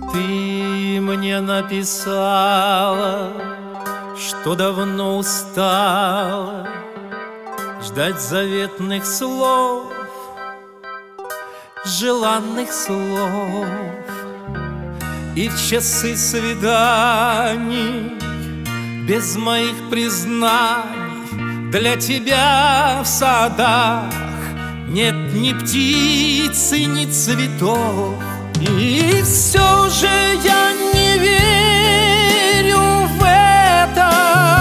Ты мне написала, что давно устала ждать заветных слов, желанных слов. И в часы свиданий без моих признаний для тебя в садах нет ни птицы, ни цветов. И все же я не верю в это,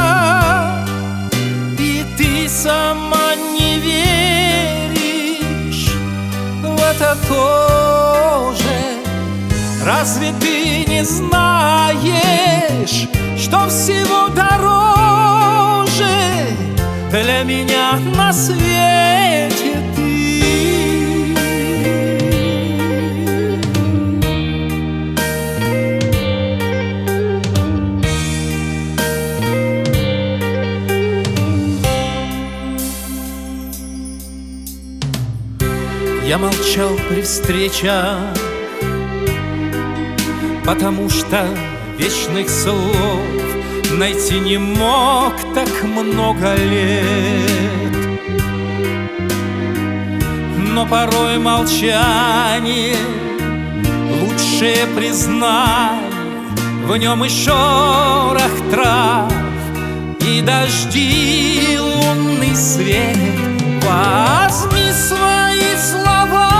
и ты сама не веришь в это тоже. Разве ты не знаешь, что всего дороже для меня на свете ты? Я молчал при встречах, потому что вечных слов найти не мог так много лет. Но порой молчание лучшее признание, в нем и шорох трав, и дожди, лунный свет. Возьми свои слова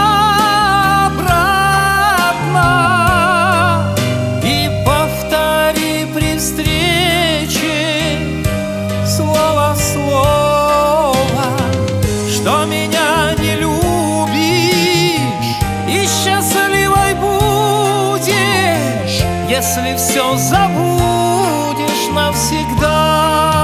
обратно и повтори при встрече слово в слово, что меня не любишь и счастливой будешь, если все забудешь навсегда.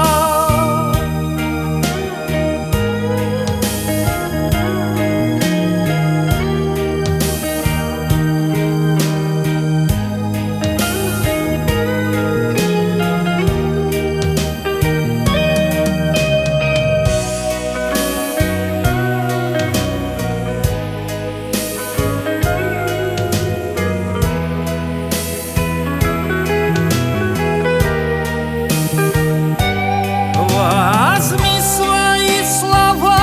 Возьми свои слова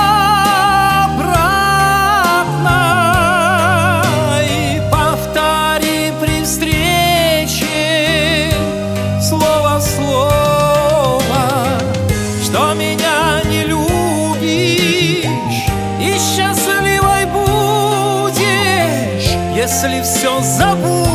обратно и повтори при встрече слово в слово, что меня не любишь и счастливой будешь, если все забудешь